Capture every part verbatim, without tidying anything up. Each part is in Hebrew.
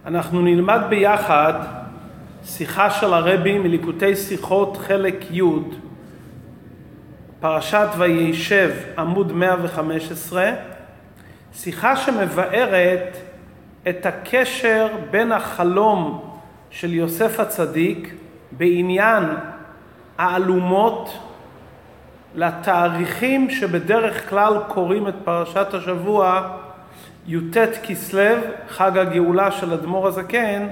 אנחנו נלמד ביחד שיחה של הרבי מליקוטי שיחות חלק י' פרשת וישב עמוד מאה וחמש עשרה, שיחה שמבארת את הקשר בין החלום של יוסף הצדיק בעניין העלומות לתאריכים שבדרך כלל קוראים את פרשת השבוע י"ט כסלו, חג הגאולה של אדמו"ר הזקן,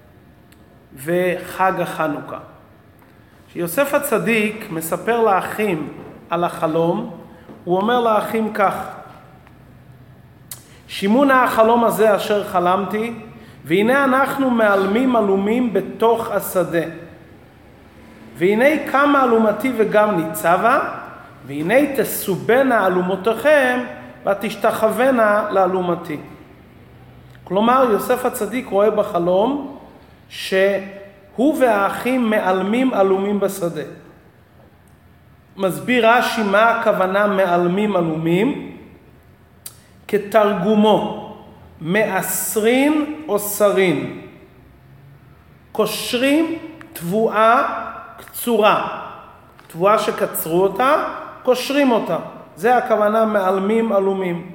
וחג החנוכה. שיוסף הצדיק מספר לאחים על החלום, הוא אומר לאחים כך: שימו נא החלום הזה אשר חלמתי, והנה אנחנו מעלמים עלומים בתוך השדה. והנה קמה אלומתי וגם ניצבה, והנה תסובנה אלומותיכם ותשתחוונה לאלומתי. כלומר, יוסף הצדיק רואה בחלום שהוא והאחים מעלמים עלומים בשדה. מסביר רש"י מה הכוונה מעלמים עלומים. כתרגומו, מאסרין או סרין, קושרים תבואה קצורה, תבואה שקצרו אותה, קושרים אותה. זה הכוונה מעלמים עלומים.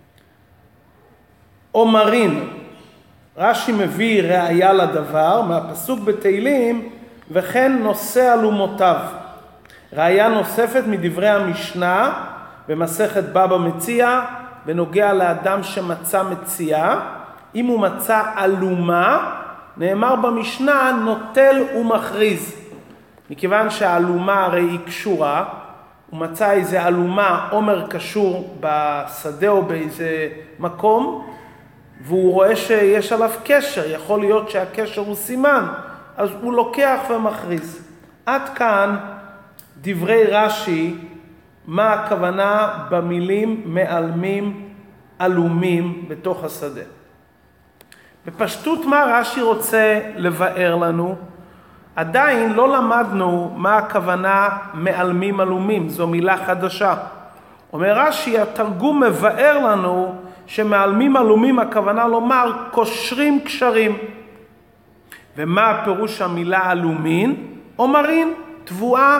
אומרין, רש"י מביא ראיה לדבר מהפסוק בתהילים, וכן נושא אלומותיו. ראיה נוספת מדברי המשנה במסכת בבא מציעא בנוגע לאדם שמצא מציאה. אם הוא מצא אלומה, נאמר במשנה נוטל ומכריז. מכיוון שהאלומה הרי היא קשורה, הוא מצא איזה אלומה, עומר קשור בשדה או באיזה מקום, והוא רואה שיש עליו קשר, יכול להיות שהקשר הוא סימן, אז הוא לוקח ומכריז. עד כאן דברי רש"י, מה הכוונה במילים מעלמים עלומים בתוך השדה. בפשטות מה רש"י רוצה לבאר לנו? עדיין לא למדנו מה הכוונה מעלמים עלומים, זו מילה חדשה. אומר רש"י, התרגום מבאר לנו שמעלמים עלומים הכוונה לומר קושרים קשרים. ומה הפירוש המילה עלומין? אומרין, תבואה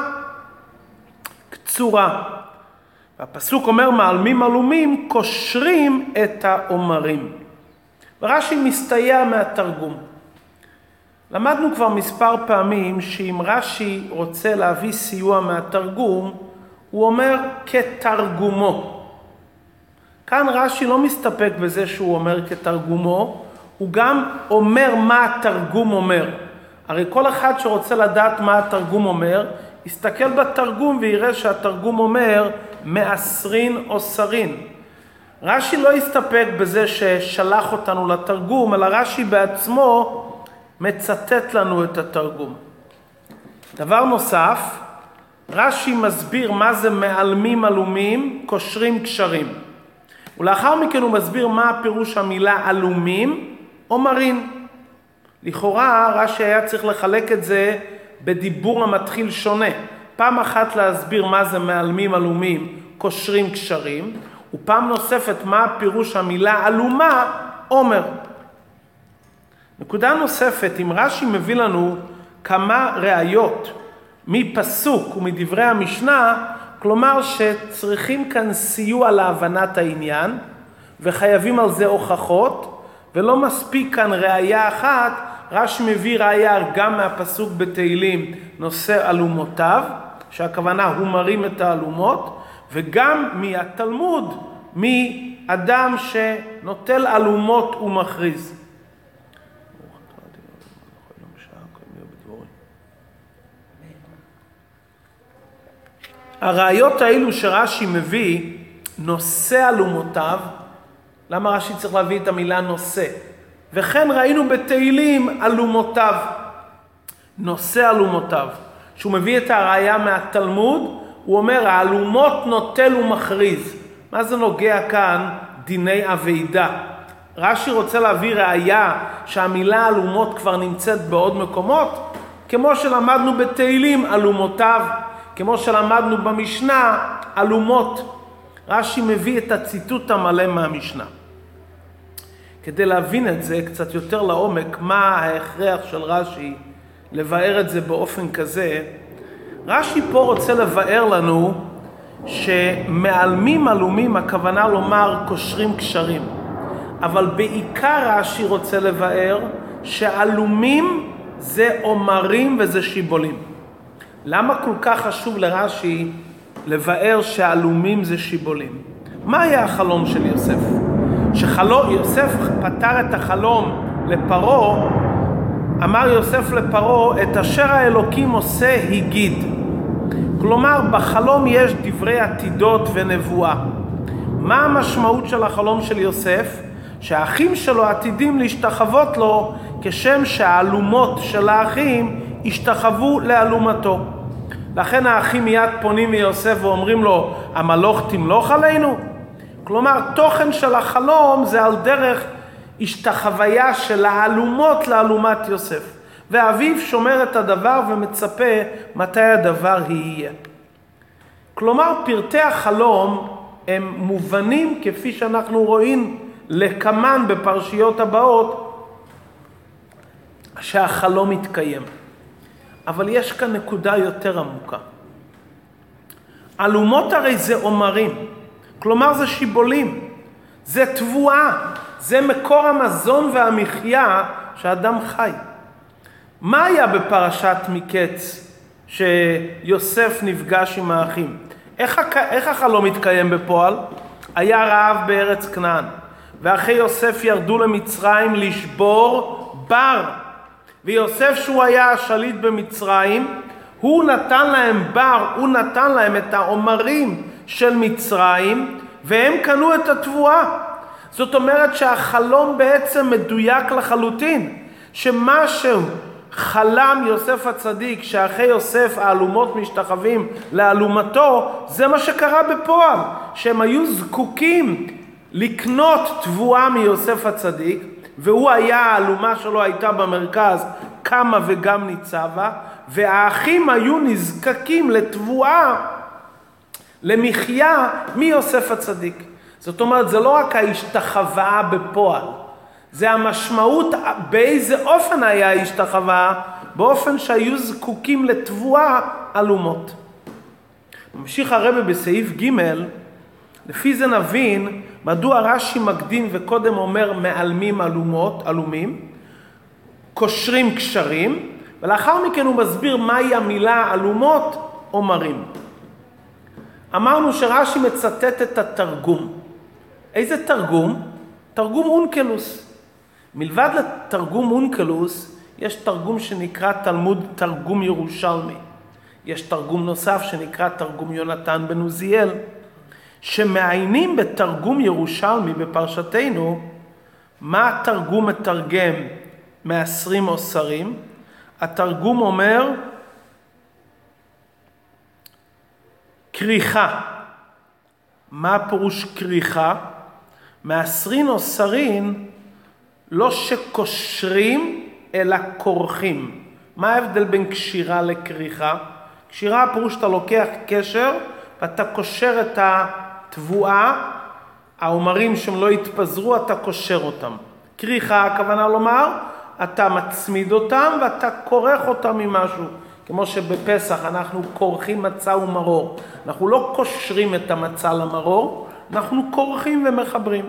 קצורה. והפסוק אומר מעלמים עלומים קושרים את האומרים. ורש"י מסתייע מהתרגום. למדנו כבר מספר פעמים שאם רש"י רוצה להביא סיוע מהתרגום, הוא אומר כתרגומו. כאן רש"י לא מסתפק בזה שהוא אומר כתרגומו, הוא גם אומר מה התרגום אומר. הרי כל אחד שרוצה לדעת מה התרגום אומר, יסתכל בתרגום ויראה שהתרגום אומר מאסרין או סרין. רש"י לא יסתפק בזה ששלח אותנו לתרגום, אלא רש"י בעצמו מצטט לנו את התרגום. דבר נוסף, רש"י מסביר מה זה מעלמים עלומים, קושרים קשרים. ולאחר מכן הוא מסביר מה הפירוש המילה עלומים, אומרין. לכאורה רש"י היה צריך לחלק את זה בדיבור המתחיל שונה. פעם אחת להסביר מה זה מעלמים עלומים, קושרים קשרים, ופעם נוספת מה הפירוש המילה עלומה, אומר. נקודה נוספת, אם רש"י מביא לנו כמה ראיות מפסוק ומדברי המשנה, כלומר שצריכים כאן סיוע להבנת העניין, וחייבים על זה הוכחות, ולא מספיק כאן ראיה אחת, רש"י מביא ראיה גם מהפסוק בתהילים, נושא אלומותיו, שהכוונה הוא מרים את האלומות, וגם מהתלמוד, מאדם שנוטל אלומות ומכריז. הראיות האלו שרש"י מביא, נושא אלומותיו, למה רש"י צריך להביא את המילה נושא? וכן ראינו בתהילים אלומותיו, נושא אלומותיו. שהוא מביא את הראיה מהתלמוד, הוא אומר האלומות נוטל ומכריז. מה זה נוגע כאן? דיני אביידה. רש"י רוצה להביא ראיה שהמילה אלומות כבר נמצאת בעוד מקומות, כמו שלמדנו בתהילים אלומותיו, כמו שלמדנו במשנה אלומות. רש"י מביא את הציטוט המלא מהמשנה. כדי להבין את זה קצת יותר לעומק, מה ההכרח של רש"י לבאר את זה באופן כזה, רש"י פה רוצה לבאר לנו שמעלמים עלומים, הכוונה לומר קושרים קשרים. אבל בעיקר רש"י רוצה לבאר שעלומים זה אומרים וזה שיבולים. למה כל כך חשוב לרש"י לבאר שעלומים זה שיבולים? מה היה החלום של יוסף? שחלום, יוסף פתר את החלום לפרעה, אמר יוסף לפרעה, את אשר האלוקים עושה הגיד. כלומר, בחלום יש דברי עתידות ונבואה. מה המשמעות של החלום של יוסף? שהאחים שלו עתידים להשתחוות לו, כשם שהעלומות של האחים השתחוו לעלומתו. לכן האחים מיד פונים מיוסף ואומרים לו, המלוך תמלוך עלינו? כלומר, תוכן של החלום זה על דרך השתחוויה של העלומות לעלומת יוסף. ואביו שומר את הדבר ומצפה מתי הדבר יהיה. כלומר, פרטי החלום הם מובנים כפי שאנחנו רואים לקמן בפרשיות הבאות, שהחלום מתקיים. אבל יש כאן נקודה יותר עמוקה. עלומות הרי זה אומרים, כלומר זה שיבולים, זה תבואה, זה מקור המזון והמחיה שאדם חי. מה היה בפרשת מקץ שיוסף נפגש עם האחים? איך, איך החלום מתקיים בפועל? היה רעב בארץ כנען, ואחי יוסף ירדו למצרים לשבור בר, ויוסף שהוא היה השליט במצרים, הוא נתן להם בר, הוא נתן להם את העומרים של מצרים, והם קנו את התבואה. זאת אומרת שהחלום בעצם מדויק לחלוטין, שמשהו חלם יוסף הצדיק, שאחרי יוסף העלומות משתחווים לעלומתו, זה מה שקרה בפועל, שהם היו זקוקים לקנות תבואה מיוסף הצדיק, והוא היה, העלומה שלו הייתה במרכז, קמה וגם ניצבה, והאחים היו נזקקים לתבואה, למחיה מיוסף הצדיק. זאת אומרת, זה לא רק ההשתחוואה בפועל, זה המשמעות באיזה אופן היה ההשתחוואה, באופן שהיו זקוקים לתבואה עלומות. ממשיך הרב בסעיף ג', לפי זה נבין מדוע רש"י מקדים וקודם אומר מעלמים עלומות, עלומים, קושרים קשרים, ולאחר מכן הוא מסביר מהי המילה עלומות אומרים. אמרנו שרש"י מצטט את התרגום. איזה תרגום? תרגום אונקלוס. מלבד לתרגום אונקלוס, יש תרגום שנקרא תלמוד תרגום ירושלמי. יש תרגום נוסף שנקרא תרגום יונתן בן עוזיאל, שמעיינים בתרגום ירושלמי בפרשתנו, מה התרגום מתרגם מעשרים עושרים. התרגום אומר כריכה. מה פירוש כריכה? מעשרים עושרים לא שקושרים אלא כורכים. מה ההבדל בין קשירה לכריכה? קשירה פירוש שאתה לוקח קשר ואתה קושר את התבואה, העומרים שהם לא יתפזרו, אתה קושר אותם. כריכה, הכוונה לומר, אתה מצמיד אותם ואתה כורך אותם ממשהו. כמו שבפסח אנחנו כורכים מצה ומרור. אנחנו לא קושרים את המצה למרור, אנחנו כורכים ומחברים.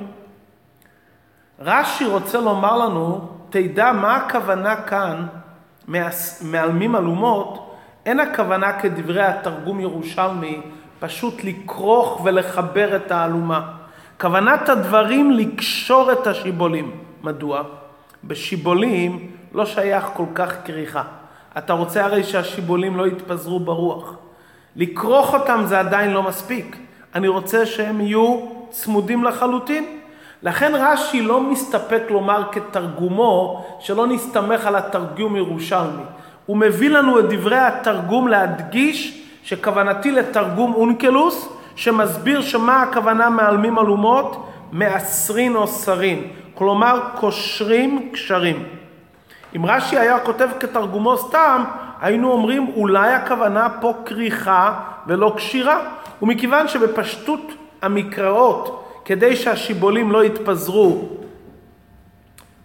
רש"י רוצה לומר לנו, תדע מה הכוונה כאן, מעלמים עלומות, אין הכוונה כדברי התרגום ירושלמי, פשוט לקרוך ולחבר את העלומה. כוונת הדברים לקשור את השיבולים. מדוע? בשיבולים לא שייך כל כך כריכה. אתה רוצה הרי שהשיבולים לא יתפזרו ברוח. לקרוך אותם זה עדיין לא מספיק. אני רוצה שהם יהיו צמודים לחלוטין. לכן רש"י לא מסתפק לומר כתרגומו, שלא נסתמך על התרגום ירושלמי. הוא מביא לנו את דברי התרגום להדגיש שכוונתי לתרגום אונקלוס, שמסביר שמה הכוונה מעלמים עלומות, מעשרים עושרים. כלומר, קושרים קשרים. אם רש"י היה כותב כתרגומו סתם, היינו אומרים אולי הכוונה פה כריכה ולא קשירה. ומכיוון שבפשטות המקראות, כדי שהשיבולים לא יתפזרו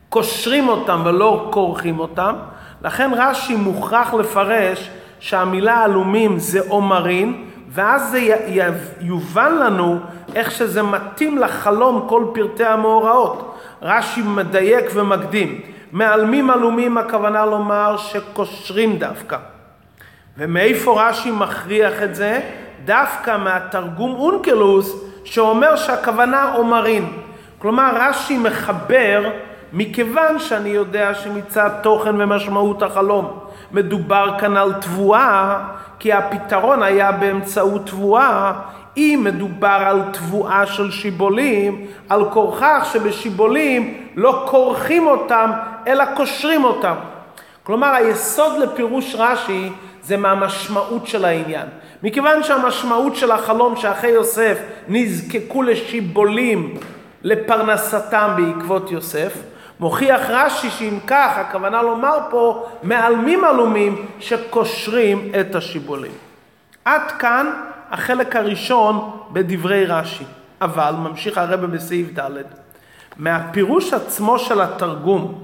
קושרים אותם ולא כורכים אותם. לכן רש"י מוכרח לפרש שהמילה עלומים זה עומרין, ואז זה יובן לנו איך שזה מתאים לחלום כל פרטי המאורעות. רש"י מדייק ומקדים. מעלמים עלומים הכוונה לומר שקושרים דווקא. ומאיפה רש"י מכריח את זה? דווקא מהתרגום אונקלוס שאומר שהכוונה עומרין. כלומר רש"י מחבר מכיוון שאני יודע שמצד תוכן ומשמעות החלום מדובר כאן על תבואה, כי הפתרון היה באמצעות תבואה. אם מדובר על תבואה של שיבולים, על כורכך שבשיבולים לא כורכים אותם אלא קושרים אותם. כלומר היסוד לפירוש רש"י זה מהמשמעות של העניין. מכיוון שהמשמעות של החלום שאחי יוסף נזקקו לשיבולים לפרנסתם בעקבות יוסף, מוכיח רש"י שאם כך הכוונה לומר פה מעלמים עלומים שקושרים את השיבולים. עד כאן החלק הראשון בדברי רש"י. אבל ממשיך הרב בסעיף ד' מהפירוש עצמו של התרגום,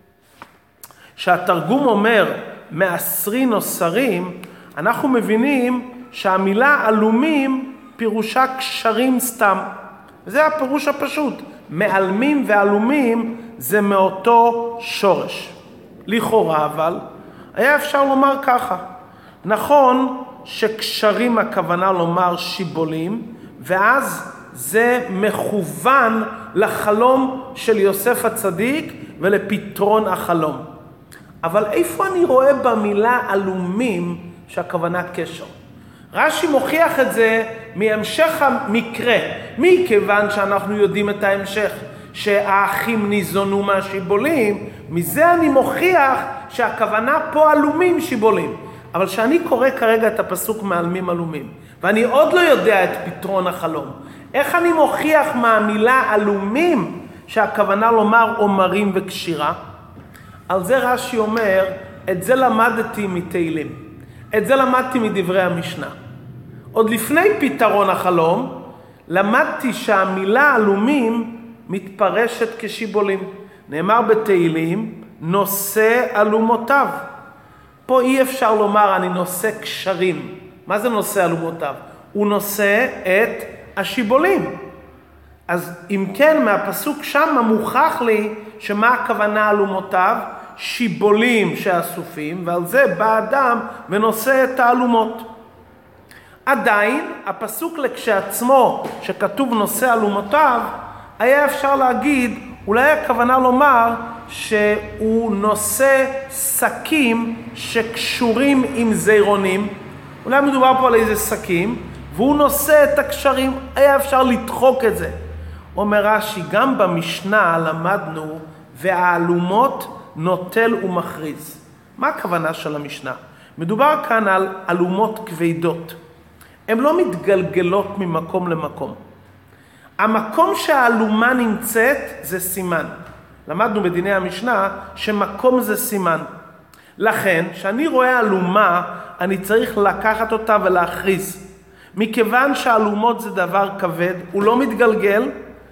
שהתרגום אומר מעשרין או שרים, אנחנו מבינים שהמילה עלומים פירושה קשרים סתם. זה הפירוש הפשוט. מעלמים ועלומים זה מאותו שורש. לכאורה אבל היה אפשר לומר ככה. נכון שקשרים הכוונה לומר שיבולים, ואז זה מכוון לחלום של יוסף הצדיק ולפתרון החלום. אבל איפה אני רואה במילה עלומים שהכוונה קשר? רש"י מוכיח את זה מהמשך המקרה, מכיוון שאנחנו יודעים את ההמשך, שהאחים ניזונו מהשיבולים, מזה אני מוכיח שהכוונה פה עלומים שיבולים. אבל שאני קורא כרגע את הפסוק מעלמים עלומים, ואני עוד לא יודע את פתרון החלום, איך אני מוכיח מהמילה עלומים שהכוונה לומר עומרים וקשירה? על זה רש"י אומר, את זה למדתי מתהילים, את זה למדתי מדברי המשנה. עוד לפני פתרון החלום, למדתי שהמילה עלומים מתפרשת כשיבולים. נאמר בתהילים, נושא עלומותיו. פה אי אפשר לומר אני נושא קשרים. מה זה נושא עלומותיו? הוא נושא את השיבולים. אז אם כן, מהפסוק שם מוכח לי שמה הכוונה עלומותיו? שיבולים שאסופים, ועל זה בא אדם ונושא את העלומות. עדיין, הפסוק לכשעצמו שכתוב נושא עלומותיו, היה אפשר להגיד, אולי הכוונה לומר שהוא נושא שקים שקשורים עם זירונים. אולי מדובר פה על איזה שקים, והוא נושא את הקשרים. היה אפשר לדחוק את זה. אומר רש"י, גם במשנה למדנו, והעלומות נוטל ומכריז. מה הכוונה של המשנה? מדובר כאן על עלומות כבדות. הן לא מתגלגלות ממקום למקום. המקום שהעלומה נמצאת זה סימן. למדנו בדיני המשנה שמקום זה סימן. לכן, כשאני רואה עלומה, אני צריך לקחת אותה ולהכריז. מכיוון שהעלומות זה דבר כבד, הוא לא מתגלגל,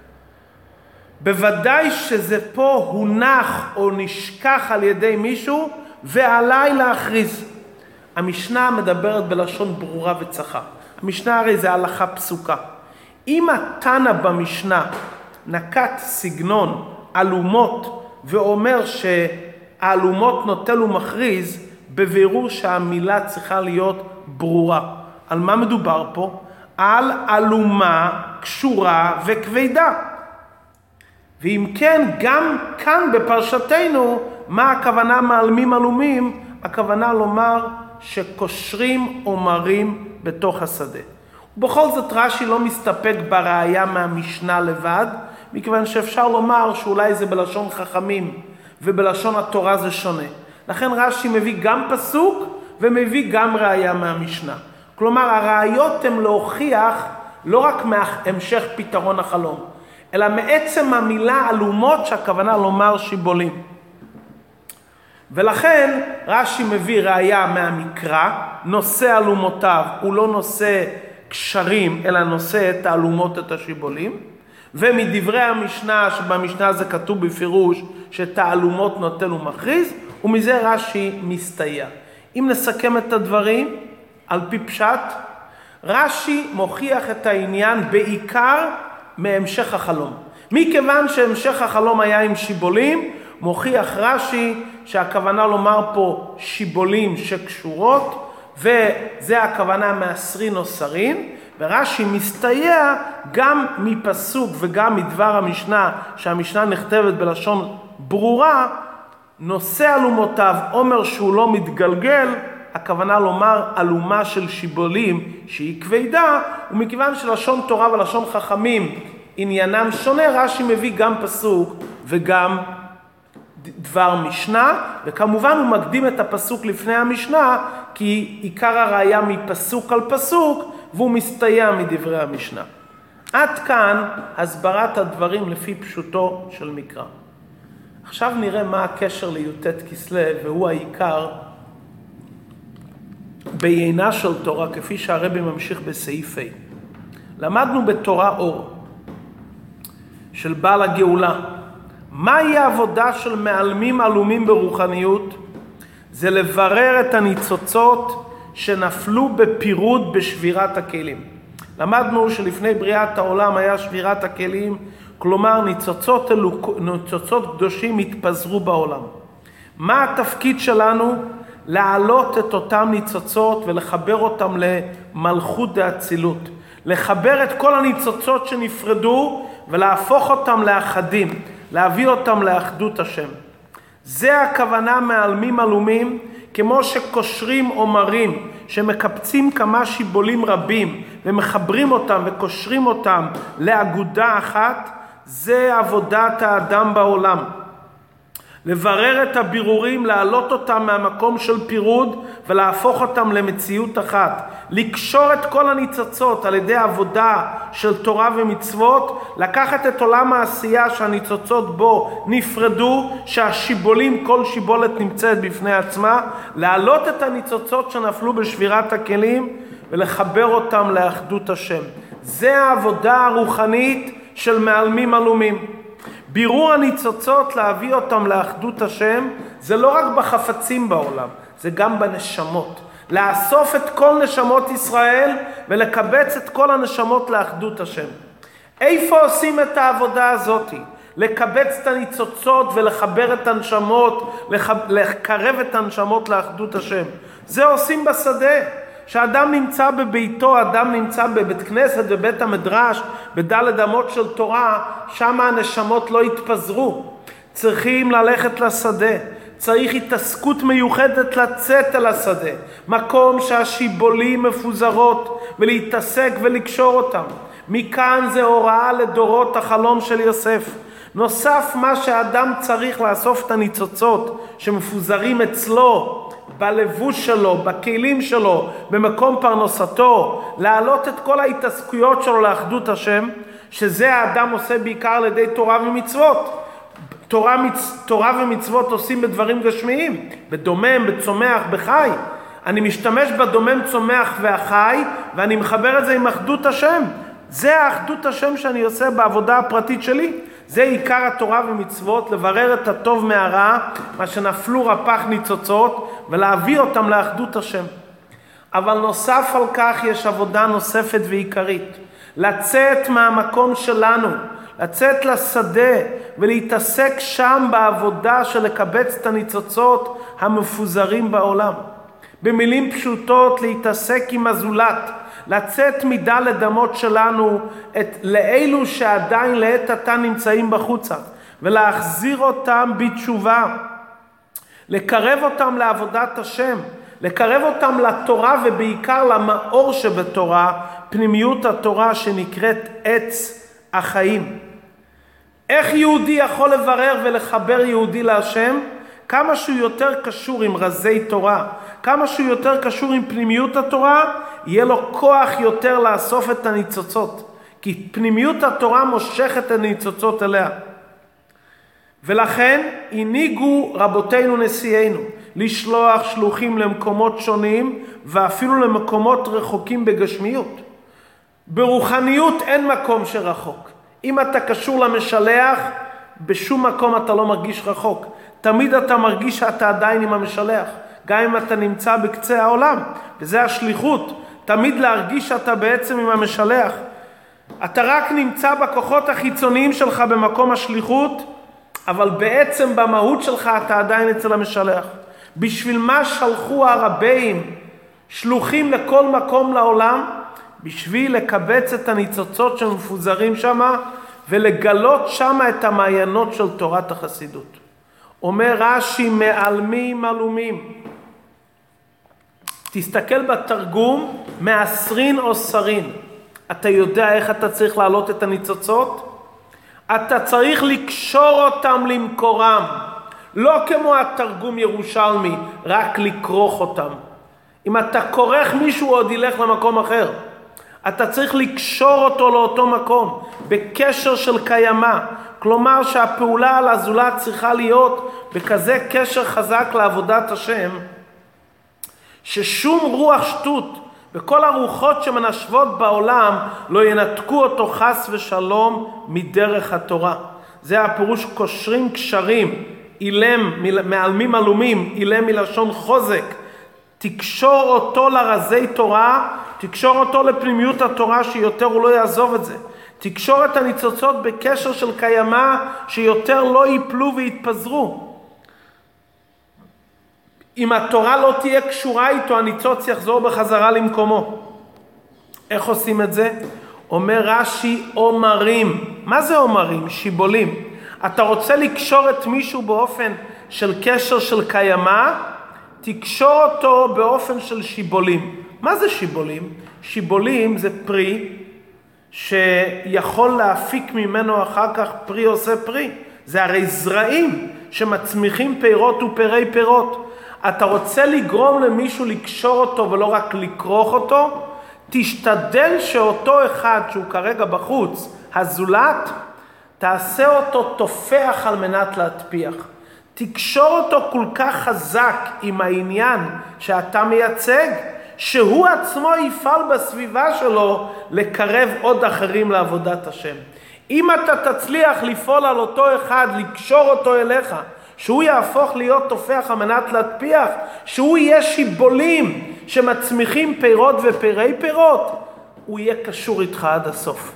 בוודאי שזה פה הונח או נשכח על ידי מישהו, ועליי להכריז. המשנה מדברת בלשון ברורה וצחה. המשנה הרי זה הלכה פסוקה. אם התנא במשנה נקט סגנון עלומות ואומר שהעלומות נוטל ומכריז, בבירור שהמילה צריכה להיות ברורה. על מה מדובר פה? על עלומה קשורה וכבדה. ואם כן, גם כאן בפרשתנו, מה הכוונה מעלמים עלומים? הכוונה לומר שקושרים עומרים בתוך השדה. ובכל זאת רש"י לא מסתפק בראיה מהמשנה לבד, מכיוון שאפשר לומר שאולי זה בלשון חכמים ובלשון התורה זה שונה. לכן רש"י מביא גם פסוק ומביא גם ראיה מהמשנה. כלומר הראיות הן להוכיח לא רק מהמשך פתרון החלום, אלא מעצם המילה עלומות שהכוונה לומר שיבולים. ולכן רש"י מביא ראיה מהמקרא, נושא עלומותיו, הוא לא נושא קשרים, אלא נושא את העלומות, את השיבולים. ומדברי המשנה, שבמשנה זה כתוב בפירוש שתעלומות נוטל ומכריז, ומזה רש"י מסתייע. אם נסכם את הדברים על פי פשט, רש"י מוכיח את העניין בעיקר מהמשך החלום. מכיוון שהמשך החלום היה עם שיבולים, מוכיח רש"י שהכוונה לומר פה שיבולים שקשורות, וזה הכוונה מעשרין או שרין, ורש"י מסתייע גם מפסוק וגם מדבר המשנה, שהמשנה נכתבת בלשון ברורה, נושא אלומותיו, אומר שהוא לא מתגלגל, הכוונה לומר אלומה של שיבולים שהיא כבדה, ומכיוון שלשון תורה ולשון חכמים עניינם שונה, רש"י מביא גם פסוק וגם דבר משנה, וכמובן הוא מקדים את הפסוק לפני המשנה, כי עיקר הראיה מפסוק על פסוק, והוא מסתייע מדברי המשנה. עד כאן הסברת הדברים לפי פשוטו של מקרא. עכשיו נראה מה הקשר לי"ט כסלו, והוא העיקר בעיינה של תורה, כפי שהרבי ממשיך בסעיף ה'. למדנו בתורה אור של בעל הגאולה. מהי העבודה של מעלמים עלומים ברוחניות? זה לברר את הניצוצות שנפלו בפירוד בשבירת הכלים. למדנו שלפני בריאת העולם היה שבירת הכלים, כלומר ניצוצות, אלוק... ניצוצות קדושים התפזרו בעולם. מה התפקיד שלנו? להעלות את אותם ניצוצות ולחבר אותם למלכות דאצילות. לחבר את כל הניצוצות שנפרדו ולהפוך אותם לאחדים, להביא אותם לאחדות השם. זה הכוונה מעלמים עלומים, כמו שקושרים עומרים, שמקפצים כמה שיבולים רבים ומחברים אותם וקושרים אותם לאגודה אחת, זה עבודת האדם בעולם. לברר את הבירורים, להעלות אותם מהמקום של פירוד ולהפוך אותם למציאות אחת. לקשור את כל הניצוצות על ידי עבודה של תורה ומצוות, לקחת את עולם העשייה שהניצוצות בו נפרדו, שהשיבולים, כל שיבולת נמצאת בפני עצמה, להעלות את הניצוצות שנפלו בשבירת הכלים ולחבר אותם לאחדות השם. זה העבודה הרוחנית של מעלמים עלומים. בירור הניצוצות, להביא אותם לאחדות השם, זה לא רק בחפצים בעולם, זה גם בנשמות. לאסוף את כל נשמות ישראל ולקבץ את כל הנשמות לאחדות השם. איפה עושים את העבודה הזאת? לקבץ את הניצוצות ולחבר את הנשמות, לקרב את הנשמות לאחדות השם. זה עושים בשדה. שאדם נמצא בביתו, אדם נמצא בבית כנסת, בבית המדרש, בדלת אמות של תורה, שם הנשמות לא יתפזרו. צריכים ללכת לשדה. צריך התעסקות מיוחדת לצאת אל השדה. מקום שהשיבולים מפוזרות, ולהתעסק ולקשור אותם. מכאן זה הוראה לדורות החלום של יוסף. נוסף מה שהאדם צריך לאסוף את הניצוצות שמפוזרים אצלו, בלבוש שלו, בכלים שלו, במקום פרנסתו, להעלות את כל ההתעסקויות שלו לאחדות השם, שזה האדם עושה בעיקר על ידי תורה ומצוות. תורה, מצ... תורה ומצוות עושים בדברים גשמיים, בדומם, בצומח, בחי. אני משתמש בדומם, צומח והחי, ואני מחבר את זה עם אחדות השם. זה האחדות השם שאני עושה בעבודה הפרטית שלי. זה עיקר התורה ומצוות, לברר את הטוב מהרע, מה שנפלו רפ"ח ניצוצות, ולהביא אותם לאחדות השם. אבל נוסף על כך יש עבודה נוספת ועיקרית. לצאת מהמקום שלנו, לצאת לשדה ולהתעסק שם בעבודה של לקבץ את הניצוצות המפוזרים בעולם. במילים פשוטות, להתעסק עם הזולת, לצאת מדלת אמות שלנו את לאלו שעדיין לעת עתה נמצאים בחוצה, ולהחזיר אותם בתשובה, לקרב אותם לעבודת השם, לקרב אותם לתורה ובעיקר למאור שבתורה, פנימיות התורה שנקראת עץ החיים. איך יהודי יכול לברר ולחבר יהודי להשם? כמה שהוא יותר קשור עם רזי תורה, כמה שהוא יותר קשור עם פנימיות התורה, יהיה לו כוח יותר לאסוף את הניצוצות. כי פנימיות התורה מושכת את הניצוצות אליה. ולכן הנהיגו רבותינו נשיאינו לשלוח שלוחים למקומות שונים, ואפילו למקומות רחוקים בגשמיות. ברוחניות אין מקום שרחוק. אם אתה קשור למשלח, בשום מקום אתה לא מרגיש רחוק. תמיד אתה מרגיש שאתה עדיין עם המשלח, גם אם אתה נמצא בקצה העולם. וזה השליחות, תמיד להרגיש שאתה בעצם עם המשלח. אתה רק נמצא בכוחות החיצוניים שלך במקום השליחות, אבל בעצם במהות שלך אתה עדיין אצל המשלח. בשביל מה שלחו הרבים שלוחים לכל מקום לעולם? בשביל לקבץ את הניצוצות שמפוזרים שם, ולגלות שם את המעיינות של תורת החסידות. אומר רש"י, מעלמים עלומים. תסתכל בתרגום, מעשרין או שרין. אתה יודע איך אתה צריך להעלות את הניצוצות? אתה צריך לקשור אותם למקורם. לא כמו התרגום ירושלמי, רק לקרוך אותם. אם אתה כורך מישהו עוד ילך למקום אחר. אתה צריך לקשור אותו לאותו מקום, בקשר של קיימה. כלומר שהפעולה על הזולת צריכה להיות בכזה קשר חזק לעבודת השם, ששום רוח שטות וכל הרוחות שמנשבות בעולם לא ינתקו אותו חס ושלום מדרך התורה. זה הפירוש קושרים קשרים, אילם, מעלמים עלומים, אילם מלשון חוזק. תקשור אותו לרזי תורה, תקשור אותו לפנימיות התורה שיותר הוא לא יעזוב את זה. תקשור את הניצוצות בקשר של קיימה שיותר לא ייפלו ויתפזרו. אם התורה לא תהיה קשורה איתו, הניצוץ יחזור בחזרה למקומו. איך עושים את זה? אומר רש"י, אומרים. מה זה אומרים? שיבולים. אתה רוצה לקשור את מישהו באופן של קשר של קיימה, תקשור אותו באופן של שיבולים. מה זה שיבולים? שיבולים זה פרי שיכול להפיק ממנו אחר כך פרי עושה פרי. זה הרי זרעים שמצמיחים פירות ופרי פירות. אתה רוצה לגרום למישהו לקשור אותו ולא רק לקרוך אותו, תשתדל שאותו אחד שהוא כרגע בחוץ, הזולת, תעשה אותו תופח על מנת להטפיח. תקשור אותו כל כך חזק עם העניין שאתה מייצג, שהוא עצמו יפעל בסביבה שלו לקרב עוד אחרים לעבודת השם. אם אתה תצליח לפעול על אותו אחד, לקשור אותו אליך, שהוא יהפוך להיות תופח על מנת להטפיח, שהוא יהיה שיבולים שמצמיחים פירות ופירי פירות, הוא יהיה קשור איתך עד הסוף.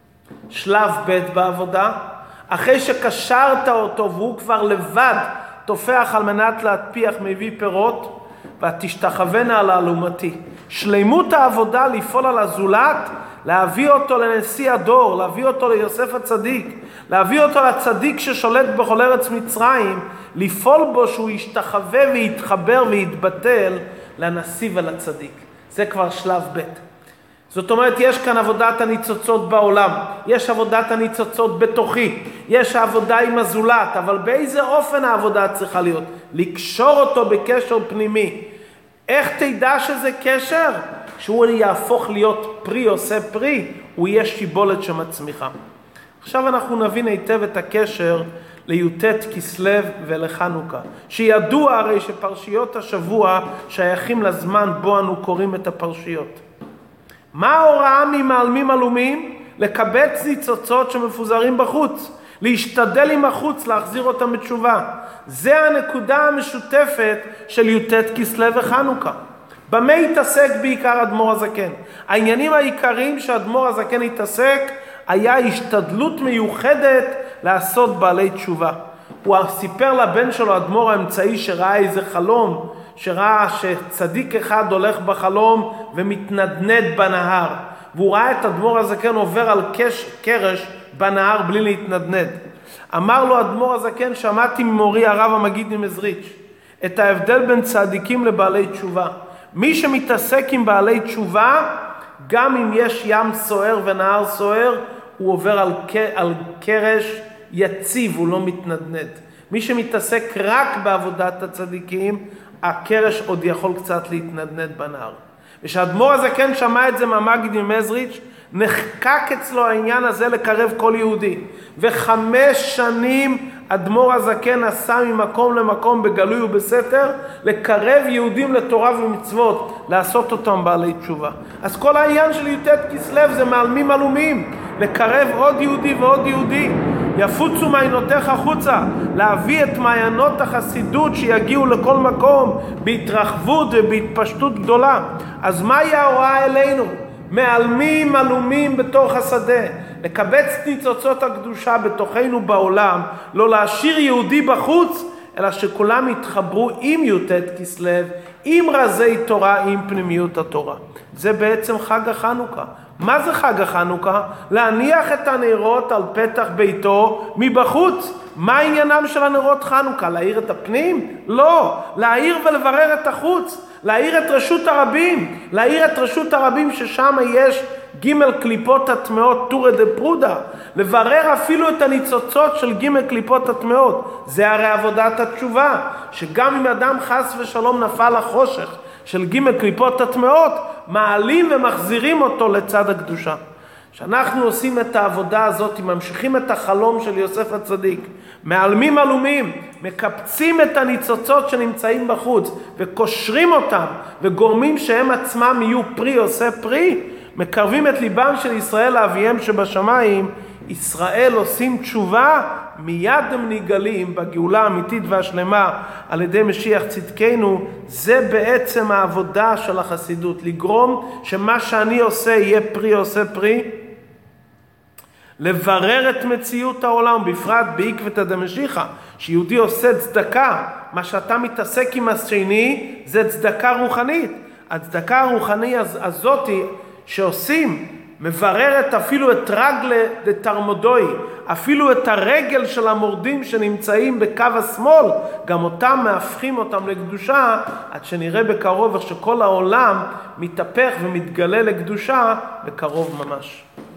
שלב ב' בעבודה, אחרי שקשרת אותו והוא כבר לבד תופח על מנת להטפיח מביא פירות, ותשתחוונה על האלומתי. שלימות העבודה לפעול על הזולת, להביא אותו לנשיא הדור, להביא אותו ליוסף הצדיק, להביא אותו לצדיק ששולט בכל ארץ מצרים, לפעול בו שהוא ישתחווה ויתחבר ויתבטל לנשיא ולצדיק. זה כבר שלב ב'. זאת אומרת, יש כאן עבודת הניצוצות בעולם, יש עבודת הניצוצות בתוכי, יש העבודה עם הזולת, אבל באיזה אופן העבודה צריכה להיות? לקשור אותו בקשר פנימי. איך תדע שזה קשר? שהוא יהפוך להיות פרי עושה פרי, הוא יהיה שיבולת שמצמיחה. עכשיו אנחנו נבין היטב את הקשר לי"ט כסלו ולחנוכה, שידוע הרי שפרשיות השבוע שייכים לזמן בו אנו קוראים את הפרשיות. מה ההוראה ממעלמים עלומים? לקבץ ניצוצות שמפוזרים בחוץ, להשתדל עם החוץ, להחזיר אותם בתשובה. זה הנקודה המשותפת של י"ט כסלו וחנוכה. במה יתעסק בעיקר אדמו"ר הזקן? העניינים העיקריים שאדמו"ר הזקן יתעסק היה השתדלות מיוחדת לעשות בעלי תשובה. הוא סיפר לבן שלו, אדמו"ר האמצעי, שראה איזה חלום, שראה שצדיק אחד הולך בחלום ומתנדנד בנהר, והוא ראה את אדמו"ר הזקן עובר על קש, קרש בנהר בלי להתנדנד. אמר לו אדמו"ר הזקן, שמעתי ממורי הרב המגיד ממזריץ' את ההבדל בין צדיקים לבעלי תשובה. מי שמתעסק עם בעלי תשובה, גם אם יש ים סוער ונהר סוער, הוא עובר על, על קרש יציב, הוא לא מתנדנד. מי שמתעסק רק בעבודת הצדיקים, הקרש עוד יכול קצת להתנדנד בנהר. ושאדמו"ר הזקן שמע את זה מהמגיד ממזריץ', נחקק אצלו העניין הזה לקרב כל יהודי. וחמש שנים אדמו"ר הזקן עשה ממקום למקום בגלוי ובסתר, לקרב יהודים לתורה ומצוות, לעשות אותם בעלי תשובה. אז כל העניין של י"ט כסלו זה מעלמים עלומים, לקרב עוד יהודי ועוד יהודי. יפוצו מעיינותיך החוצה, להביא את מעיינות החסידות שיגיעו לכל מקום בהתרחבות ובהתפשטות גדולה. אז מהי ההוראה אלינו? מעלמים עלומים בתוך השדה, לקבץ ניצוצות הקדושה בתוכנו בעולם, לא להשאיר יהודי בחוץ, אלא שכולם יתחברו עם י"ט כסלו, עם רזי תורה, עם פנימיות התורה. זה בעצם חג החנוכה. מה זה חג החנוכה? להניח את הנרות על פתח ביתו מבחוץ. מה עניינם של הנרות חנוכה? להאיר את הפנים? לא. להאיר ולברר את החוץ. להאיר את רשות הרבים. להאיר את רשות הרבים ששם יש ג' קליפות הטמעות, טורא דה פרודה. לברר אפילו את הניצוצות של ג' קליפות הטמעות. זה הרי עבודת התשובה. שגם אם אדם חס ושלום נפל לחושך של ג' קליפות הטמעות, מעלים ומחזירים אותו לצד הקדושה. שאנחנו עושים את העבודה הזאת, ממשיכים את החלום של יוסף הצדיק, מעלמים עלומים, מקפצים את הניצוצות שנמצאים בחוץ, וקושרים אותם, וגורמים שהם עצמם יהיו פרי עושה פרי, מקרבים את ליבם של ישראל לאביהם שבשמיים. ישראל עושים תשובה, מיד הם נגלים בגאולה האמיתית והשלמה על ידי משיח צדקנו. זה בעצם העבודה של החסידות, לגרום שמה שאני עושה יהיה פרי עושה פרי, לברר את מציאות העולם, בפרט בעקבתא דמשיחא, שיהודי עושה צדקה, מה שאתה מתעסק עם השני זה צדקה רוחנית. הצדקה הרוחנית הזאת שעושים מבררת אפילו את רגלה דתרמודוי, אפילו את הרגל של המורדים שנמצאים בקו השמאל, גם אותם מהפכים אותם לקדושה, עד שנראה בקרוב איך שכל העולם מתהפך ומתגלה לקדושה בקרוב ממש.